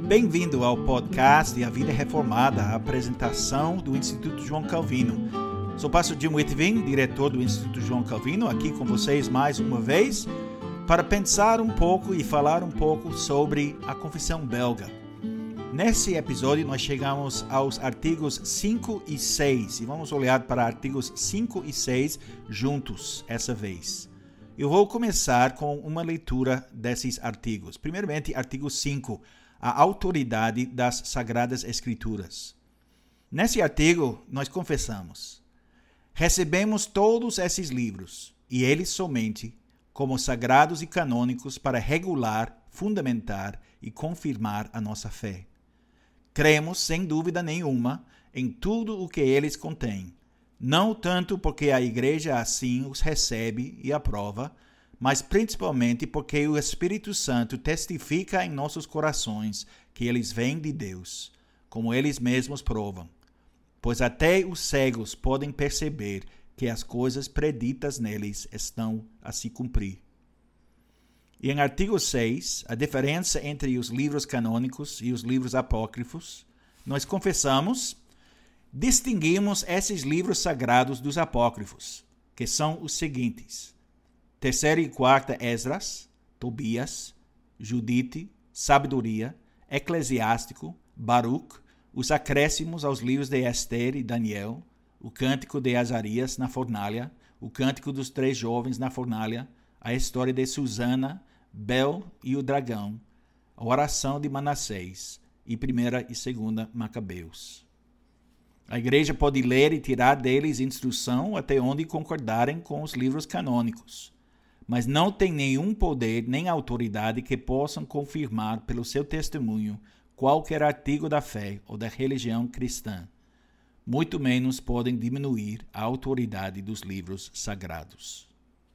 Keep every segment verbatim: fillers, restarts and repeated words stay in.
Bem-vindo ao podcast de A Vida Reformada, a apresentação do Instituto João Calvino. Sou o pastor Jim Whitvin, diretor do Instituto João Calvino, aqui com vocês mais uma vez, para pensar um pouco e falar um pouco sobre a Confissão Belga. Nesse episódio, nós chegamos aos artigos cinco e seis, e vamos olhar para artigos cinco e seis juntos essa vez. Eu vou começar com uma leitura desses artigos. Primeiramente, artigo cinco, a autoridade das Sagradas Escrituras. Nesse artigo, nós confessamos: recebemos todos esses livros, e eles somente, como sagrados e canônicos para regular, fundamentar e confirmar a nossa fé. Cremos, sem dúvida nenhuma, em tudo o que eles contêm, não tanto porque a Igreja assim os recebe e aprova, mas principalmente porque o Espírito Santo testifica em nossos corações que eles vêm de Deus, como eles mesmos provam. Pois até os cegos podem perceber que as coisas preditas neles estão a se cumprir. E em artigo seis, a diferença entre os livros canônicos e os livros apócrifos, nós confessamos, distinguimos esses livros sagrados dos apócrifos, que são os seguintes: Terceira e quarta Esdras, Tobias, Judite, Sabedoria, Eclesiástico, Baruch, os acréscimos aos livros de Esther e Daniel, o Cântico de Azarias na fornalha, o Cântico dos Três Jovens na fornalha, a história de Susana, Bel e o dragão, a oração de Manassés e primeira e segunda Macabeus. A igreja pode ler e tirar deles instrução até onde concordarem com os livros canônicos, mas não tem nenhum poder nem autoridade que possam confirmar pelo seu testemunho qualquer artigo da fé ou da religião cristã. Muito menos podem diminuir a autoridade dos livros sagrados.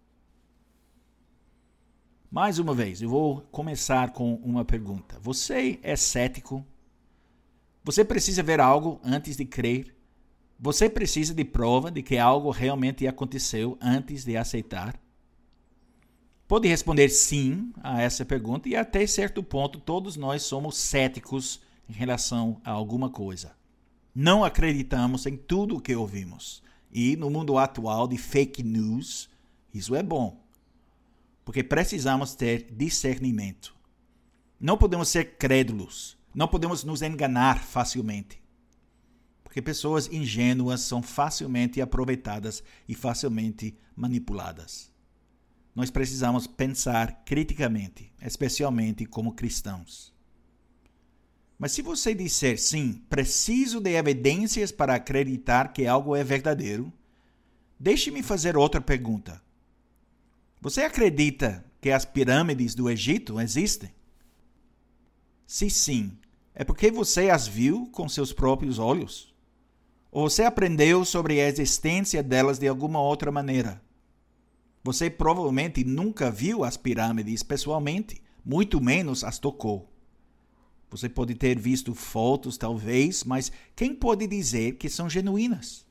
Mais uma vez, eu vou começar com uma pergunta. Você é cético? Você precisa ver algo antes de crer? Você precisa de prova de que algo realmente aconteceu antes de aceitar? Pode responder sim a essa pergunta, e até certo ponto todos nós somos céticos em relação a alguma coisa. Não acreditamos em tudo o que ouvimos. E no mundo atual de fake news, isso é bom, porque precisamos ter discernimento. Não podemos ser crédulos, não podemos nos enganar facilmente, porque pessoas ingênuas são facilmente aproveitadas e facilmente manipuladas. Nós precisamos pensar criticamente, especialmente como cristãos. Mas se você disser sim, preciso de evidências para acreditar que algo é verdadeiro, deixe-me fazer outra pergunta. Você acredita que as pirâmides do Egito existem? Se sim, é porque você as viu com seus próprios olhos? Ou você aprendeu sobre a existência delas de alguma outra maneira? Você provavelmente nunca viu as pirâmides pessoalmente, muito menos as tocou. Você pode ter visto fotos, talvez, mas quem pode dizer que são genuínas?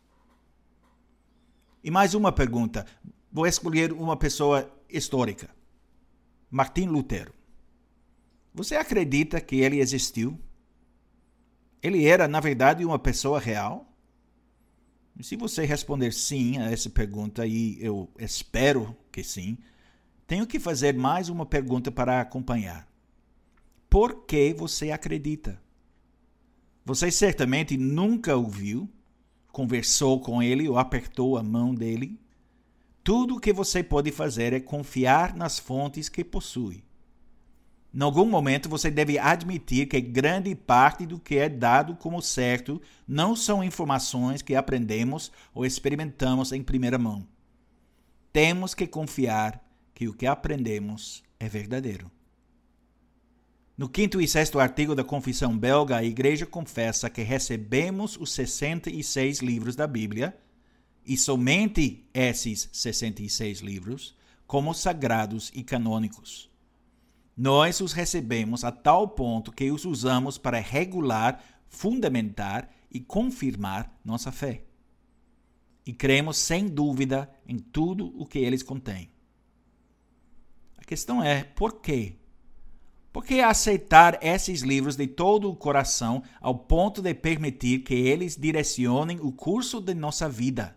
E mais uma pergunta. Vou escolher uma pessoa histórica. Martim Lutero. Você acredita que ele existiu? Ele era, na verdade, uma pessoa real? E se você responder sim a essa pergunta, e eu espero que sim, tenho que fazer mais uma pergunta para acompanhar. Por que você acredita? Você certamente nunca o viu, conversou com ele ou apertou a mão dele. Tudo o que você pode fazer é confiar nas fontes que possui. Em algum momento você deve admitir que grande parte do que é dado como certo não são informações que aprendemos ou experimentamos em primeira mão. Temos que confiar que o que aprendemos é verdadeiro. No quinto e sexto artigo da Confissão Belga, a Igreja confessa que recebemos os sessenta e seis livros da Bíblia, e somente esses sessenta e seis livros, como sagrados e canônicos. Nós os recebemos a tal ponto que os usamos para regular, fundamentar e confirmar nossa fé. E cremos sem dúvida em tudo o que eles contêm. A questão é, por quê? Por que aceitar esses livros de todo o coração ao ponto de permitir que eles direcionem o curso de nossa vida?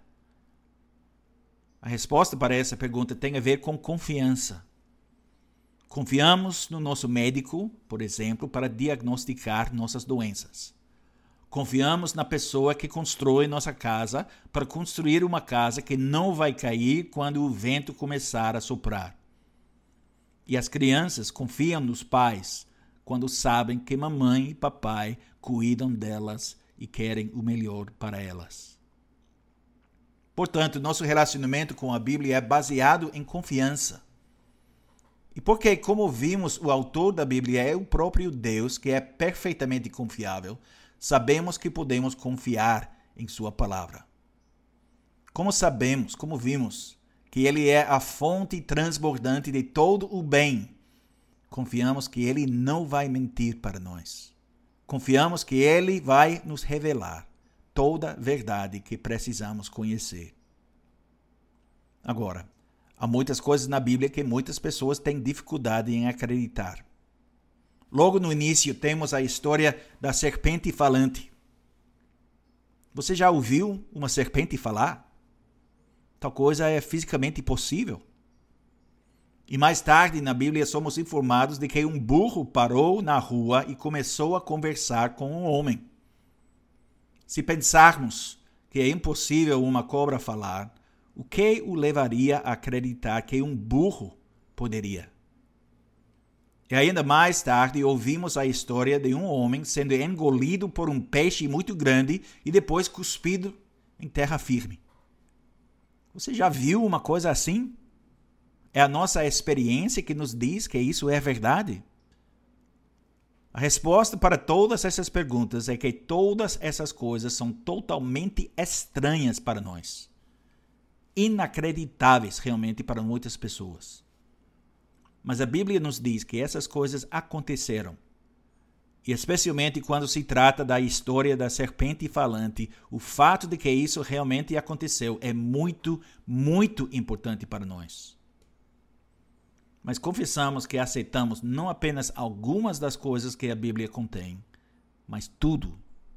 A resposta para essa pergunta tem a ver com confiança. Confiamos no nosso médico, por exemplo, para diagnosticar nossas doenças. Confiamos na pessoa que constrói nossa casa para construir uma casa que não vai cair quando o vento começar a soprar. E as crianças confiam nos pais quando sabem que mamãe e papai cuidam delas e querem o melhor para elas. Portanto, nosso relacionamento com a Bíblia é baseado em confiança. E porque, como vimos, o autor da Bíblia é o próprio Deus, que é perfeitamente confiável, sabemos que podemos confiar em sua palavra. Como sabemos, como vimos, que ele é a fonte transbordante de todo o bem, confiamos que ele não vai mentir para nós. Confiamos que ele vai nos revelar toda a verdade que precisamos conhecer. Agora, há muitas coisas na Bíblia que muitas pessoas têm dificuldade em acreditar. Logo no início, temos a história da serpente falante. Você já ouviu uma serpente falar? Tal coisa é fisicamente possível. E mais tarde, na Bíblia, somos informados de que um burro parou na rua e começou a conversar com um homem. Se pensarmos que é impossível uma cobra falar, o que o levaria a acreditar que um burro poderia? E ainda mais tarde ouvimos a história de um homem sendo engolido por um peixe muito grande e depois cuspido em terra firme. Você já viu uma coisa assim? É a nossa experiência que nos diz que isso é verdade? A resposta para todas essas perguntas é que todas essas coisas são totalmente estranhas para nós. Inacreditáveis realmente para muitas pessoas. Mas a Bíblia nos diz que essas coisas aconteceram. E especialmente quando se trata da história da serpente falante, o fato de que isso realmente aconteceu é muito, muito importante para nós. Mas confessamos que aceitamos não apenas algumas das coisas que a Bíblia contém, mas tudo.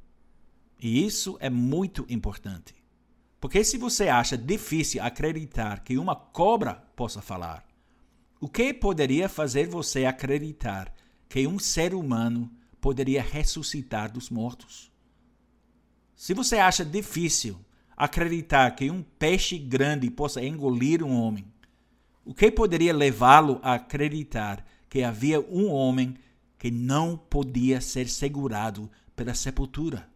E isso é muito importante. Porque se você acha difícil acreditar que uma cobra possa falar, o que poderia fazer você acreditar que um ser humano poderia ressuscitar dos mortos? Se você acha difícil acreditar que um peixe grande possa engolir um homem, o que poderia levá-lo a acreditar que havia um homem que não podia ser segurado pela sepultura?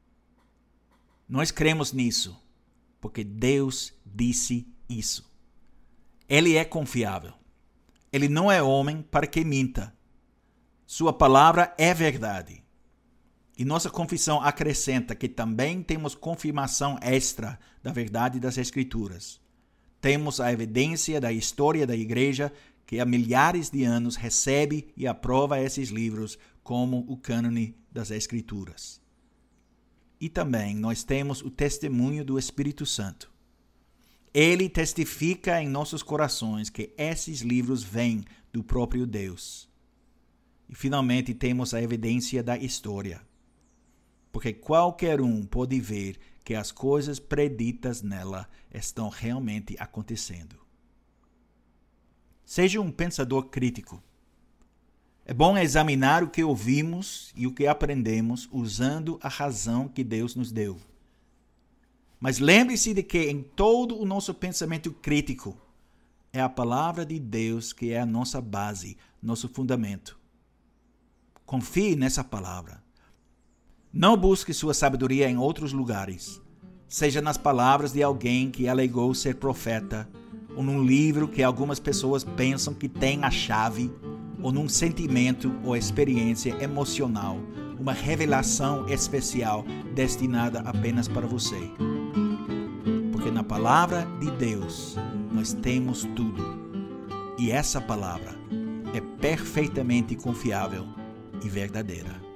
Nós cremos nisso, porque Deus disse isso. Ele é confiável. Ele não é homem para que minta. Sua palavra é verdade. E nossa confissão acrescenta que também temos confirmação extra da verdade das Escrituras. Temos a evidência da história da igreja que há milhares de anos recebe e aprova esses livros como o cânone das Escrituras. E também nós temos o testemunho do Espírito Santo. Ele testifica em nossos corações que esses livros vêm do próprio Deus. E finalmente temos a evidência da história. Porque qualquer um pode ver que as coisas preditas nela estão realmente acontecendo. Seja um pensador crítico. É bom examinar o que ouvimos e o que aprendemos usando a razão que Deus nos deu. Mas lembre-se de que em todo o nosso pensamento crítico é a palavra de Deus que é a nossa base, nosso fundamento. Confie nessa palavra. Não busque sua sabedoria em outros lugares, seja nas palavras de alguém que alegou ser profeta, ou num livro que algumas pessoas pensam que tem a chave, ou num sentimento ou experiência emocional, uma revelação especial destinada apenas para você. Porque na palavra de Deus nós temos tudo. E essa palavra é perfeitamente confiável e verdadeira.